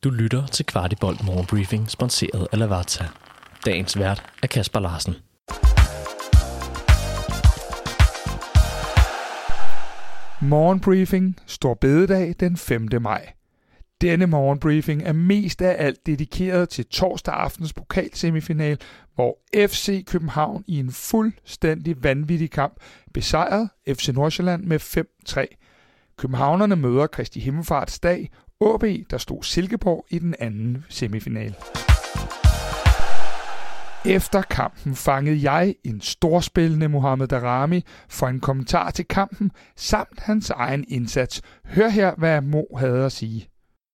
Du lytter til Kvartibolt Morgenbriefing, sponsoreret af Lavazza. Dagens vært er Kasper Larsen. Morgenbriefing, Stor Bededag den 5. maj. Denne morgenbriefing er mest af alt dedikeret til torsdag aftens pokalsemifinal, hvor FC København i en fuldstændig vanvittig kamp besejrede FC Nordsjælland med 5-3. Københavnerne møder Kristi Himmelfarts dag, AB, der stod Silkeborg i den anden semifinal. Efter kampen fangede jeg en storspillende Mohamed Daramy for en kommentar til kampen samt hans egen indsats. Hør her, hvad Mo havde at sige.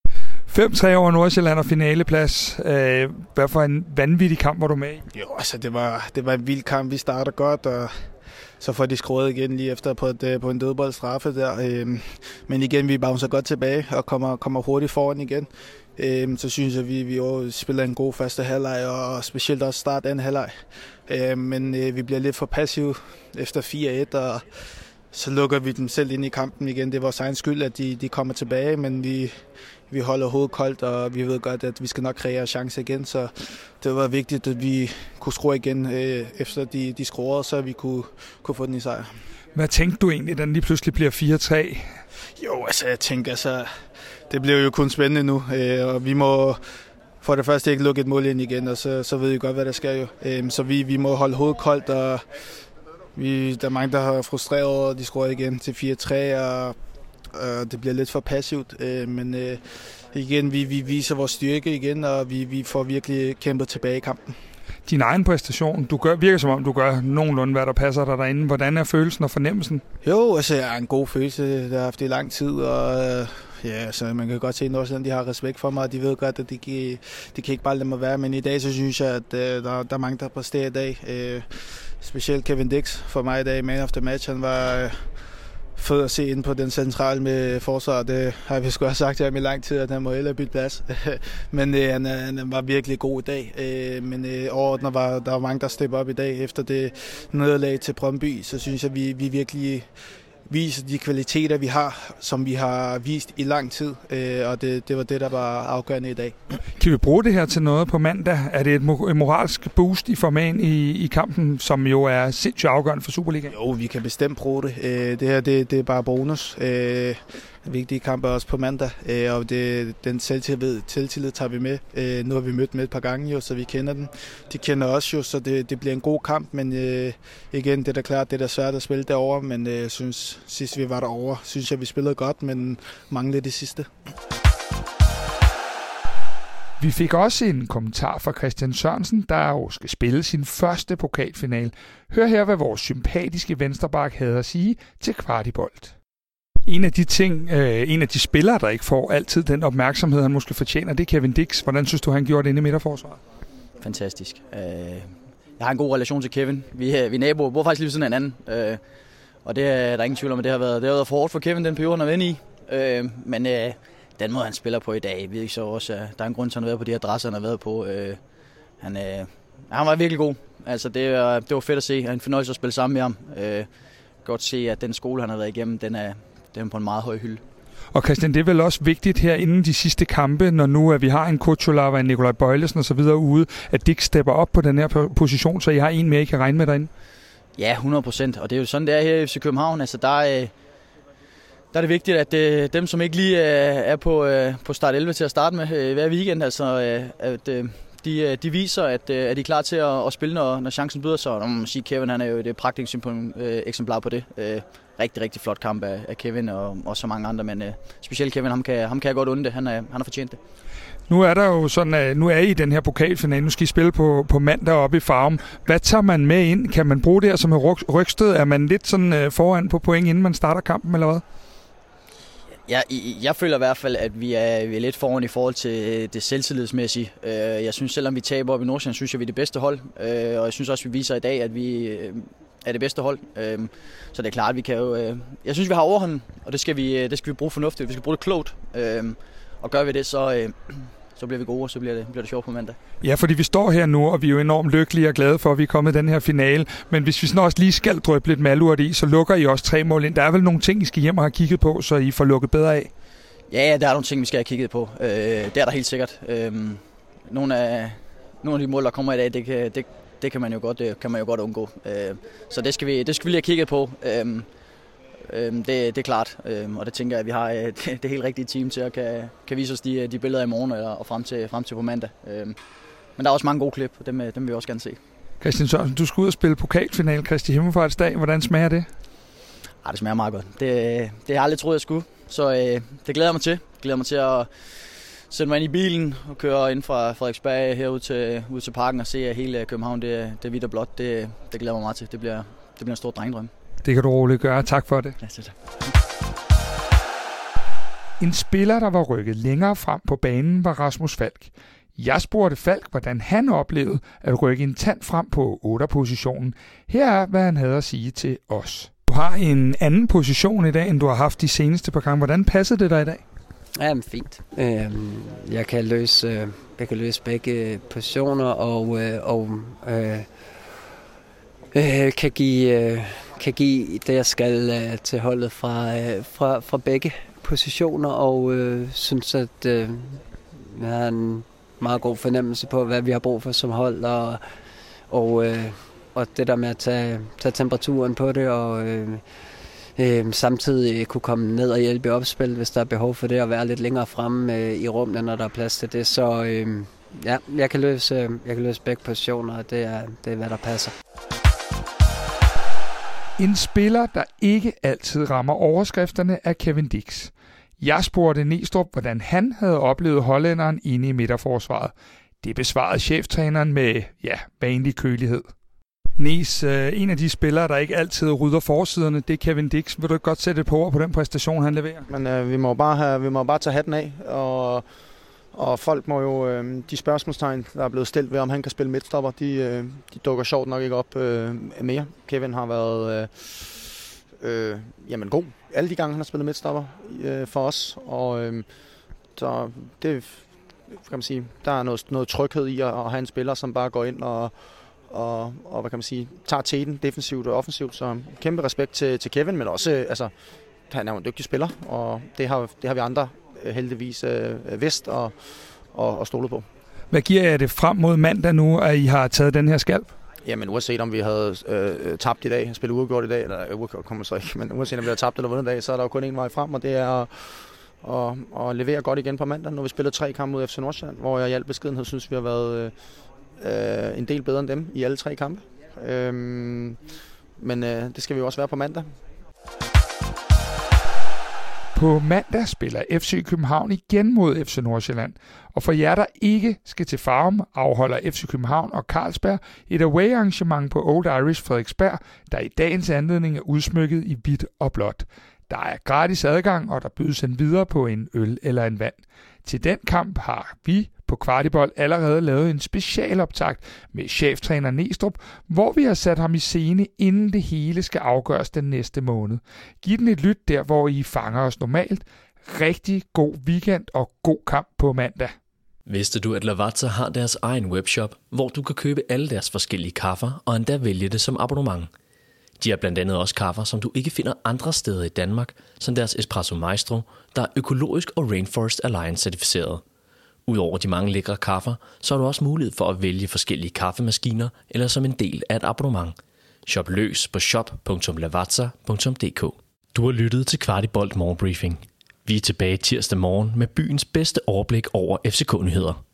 5-3 over Nordsjælland og finaleplads. Hvad for en vanvittig kamp var du med i? Jo, altså det var en vild kamp. Vi starter godt, og så får de skruet igen lige efter på en dødboldstraffe der. Men igen, vi bouncer godt tilbage og kommer hurtigt foran igen. Så synes jeg, vi spiller en god første halvleg, og specielt også start anden halvleg. Men vi bliver lidt for passive efter 4-1, og så lukker vi dem selv ind i kampen igen. Det er vores egen skyld, at de kommer tilbage, men vi holder hovedet koldt, og vi ved godt, at vi skal nok kreere chance igen. Så det var vigtigt, at vi kunne skrue igen, efter de skruede, så vi kunne få den i sejr. Hvad tænkte du egentlig, da den lige pludselig bliver 4-3? Jo, altså jeg tænker, det bliver jo kun spændende nu, og vi må for det første ikke lukke et mål ind igen, og så ved vi godt, hvad der sker jo. Så vi må holde hovedet koldt, og der er mange, der har frustreret over, de skruer igen til 4-3, og det bliver lidt for passivt. Men igen, vi viser vores styrke igen, og vi får virkelig kæmpet tilbage i kampen. Din egen præstation, virker som om, du gør nogenlunde, hvad der passer dig derinde. Hvordan er følelsen og fornemmelsen? Jo, altså jeg har en god følelse. Det har haft det i lang tid, og så man kan godt se, at Nordsjælland, de har respekt for mig, og de ved godt, at de kan ikke bare lade mig være. Men i dag, så synes jeg, at der er mange, der præsterer i dag. Specielt Kevin Dix for mig i dag, man of the match. Han var fed at se ind på den centrale med forsvar. Det har vi sgu have sagt til ham i lang tid, at han må hellere bytte plads. Men han var virkelig god i dag. Men overordnet der var mange, der stepper op i dag efter det nederlag til Brøndby. Så synes jeg, vi virkelig viser de kvaliteter, vi har, som vi har vist i lang tid. Og det var det, der var afgørende i dag. Kan vi bruge det her til noget på mandag? Er det et moralsk boost i forman i kampen, som jo er sindssygt afgørende for Superligaen? Jo, vi kan bestemt bruge det. Det her det er bare bonus. Vigtige kampe også på mandag, og den selvtillid tager vi med. Nu har vi mødt med et par gange, jo, så vi kender den. De kender os jo, så det bliver en god kamp, men igen, det er da klart, det er da svært at spille derovre, men synes sidst vi var derovre, synes jeg, vi spillede godt, men manglede det sidste. Vi fik også en kommentar fra Christian Sørensen, der jo skal spille sin første pokalfinal. Hør her, hvad vores sympatiske venstreback havde at sige til Kvartibolt. En af de spillere, der ikke får altid den opmærksomhed, han måske fortjener, det er Kevin Dix. Hvordan synes du, han gjorde det inde i midterforsvaret? Fantastisk. Jeg har en god relation til Kevin. Vi er naboer, bor faktisk lige ved siden af hinanden. Og det er der ingen tvivl om, at det har været for hårdt for Kevin, den periode, han har været i. Men den måde, han spiller på i dag, ved ikke så også, der er en grund til, at han har været på de adresser, han har været på. Han var virkelig god. Altså, det var fedt at se. Han fornøjelse at spille sammen med ham. Godt se, at den skole, han har været igennem, den er på en meget høj hylde. Og Christian, det er vel også vigtigt her inden de sidste kampe, når nu at vi har en Kuchulava, en Nikolaj Bøjlesen og så videre ude, at de ikke stepper op på den her position, så I har en mere, I kan regne med derinde? Ja, 100%. Og det er jo sådan, det er her i FC København. Altså, der er det vigtigt, at dem, som ikke lige er på start 11 til at starte med hver weekend, altså, at de viser, at de er klar til at spille, når chancen byder sig. Og man må sige, Kevin han er jo et pragteksemplar på det. Rigtig, rigtig flot kamp af Kevin og så mange andre, men specielt Kevin, ham kan jeg godt unde det. Han har fortjent det. Nu er der jo sådan, at nu er I i den her pokalfinale. Nu skal I spille på mandag oppe i Farum. Hvad tager man med ind? Kan man bruge det her som et rygstød? Er man lidt sådan foran på point, inden man starter kampen, eller hvad? Ja, jeg føler i hvert fald, at vi er lidt foran i forhold til det selvtillidsmæssige. Jeg synes, selvom vi taber op i Nordsjælland, synes jeg, vi er det bedste hold. Og jeg synes også, vi viser i dag, at vi er det bedste hold. Så det er klart, at vi kan jo... Jeg synes, vi har overhånden, og det skal vi bruge fornuftigt. Vi skal bruge det klogt. Og gør vi det, så bliver vi gode, og så bliver det sjovt på mandag. Ja, fordi vi står her nu, og vi er jo enormt lykkelige og glade for, at vi er kommet i den her finale. Men hvis vi sådan også lige skal dryppe lidt malurt i, så lukker I også 3 mål ind. Der er vel nogle ting, I skal hjem og have kigget på, så I får lukket bedre af? Ja, der er nogle ting, vi skal have kigget på. Det er der helt sikkert. Nogle af de mål, der kommer i dag, det kan man jo godt undgå. Så det skal vi lige have kigget på. Det er klart, og det tænker jeg, at vi har det helt rigtige team til at kan vise os de billeder i morgen og frem til på mandag. Men der er også mange gode klip, og dem vil vi også gerne se. Christian Sørensen, du skal ud og spille pokalfinale Kristi Himmelfartsdag. Hvordan smager det? Det smager meget godt. Det har jeg aldrig troet, jeg skulle. Så det glæder jeg mig til. Jeg glæder mig til at sætte mig ind i bilen og køre ind fra Frederiksberg herud til parken og se, at hele København det er hvidt og blåt. Det glæder mig meget til. Det bliver en stor drengedrøm. Det kan du roligt gøre. Tak for det. Ja, tak. En spiller, der var rykket længere frem på banen, var Rasmus Falk. Jeg spurgte Falk, hvordan han oplevede at rykke en tand frem på 8'er-positionen. Her er, hvad han havde at sige til os. Du har en anden position i dag, end du har haft de seneste par gange. Hvordan passede det dig i dag? Ja, fint. Jeg kan løse begge positioner kan give det, jeg skal til holdet fra begge positioner, og synes, at jeg har en meget god fornemmelse på, hvad vi har brug for som hold, og det der med at tage temperaturen på det, og samtidig kunne komme ned og hjælpe i opspil, hvis der er behov for det, og være lidt længere fremme i rummet, når der er plads til det. Så jeg kan løse begge positioner, og det er, hvad der passer. En spiller, der ikke altid rammer overskrifterne, er Kevin Dix. Jeg spurgte Næstrup, hvordan han havde oplevet hollænderen inde i midterforsvaret. Det besvarede cheftræneren med, vanlig kølighed. Næs, en af de spillere, der ikke altid rydder forsiderne, det er Kevin Dix. Vil du ikke godt sætte et par ord på den præstation, han leverer? Men vi må bare tage hatten af, og folk må jo, de spørgsmålstegn, der er blevet stillet ved, om han kan spille midtstopper, de dukker sjovt nok ikke op mere. Kevin har været god alle de gange, han har spillet midtstopper for os, og så det kan man sige, der er noget tryghed i at have en spiller, som bare går ind og hvad kan man sige, tager teten defensivt og offensivt, så kæmpe respekt til Kevin, men også, han er jo en dygtig spiller, og det har vi andre heldigvis vidst og stolet på. Hvad giver jer det frem mod mandag nu, at I har taget den her skalp? Jamen uanset om vi havde tabt i dag, spillet uafgjort i dag, eller uafgjort kommer så ikke, men uanset om vi havde tabt eller vundet i dag, så er der jo kun en vej frem, og det er at levere godt igen på mandag. Nu har vi spillet 3 kampe mod FC Nordsjælland, hvor jeg i al beskedenhed synes, vi har været en del bedre end dem i alle 3 kampe. Men det skal vi jo også være på mandag. På mandag spiller FC København igen mod FC Nordsjælland. Og for jer, der ikke skal til Farum, afholder FC København og Carlsberg et away-arrangement på Old Irish Frederiksberg, der i dagens anledning er udsmykket i hvidt og blåt. Der er gratis adgang, og der bydes en videre på en øl eller en vand. Til den kamp har vi på Kvartibold allerede lavet en specialoptakt med cheftræner Næstrup, hvor vi har sat ham i scene, inden det hele skal afgøres den næste måned. Giv den et lyt der, hvor I fanger os normalt. Rigtig god weekend og god kamp på mandag. Vidste du, at Lavazza har deres egen webshop, hvor du kan købe alle deres forskellige kaffer og endda vælge det som abonnement? De har blandt andet også kaffer, som du ikke finder andre steder i Danmark, som deres Espresso Maestro, der er økologisk og Rainforest Alliance certificeret. Udover de mange lækre kaffer, så har du også mulighed for at vælge forskellige kaffemaskiner eller som en del af et abonnement. Shop løs på shop.lavazza.dk. Du har lyttet til Kvartibold Morgenbriefing. Vi er tilbage tirsdag morgen med byens bedste overblik over FCK-nyheder.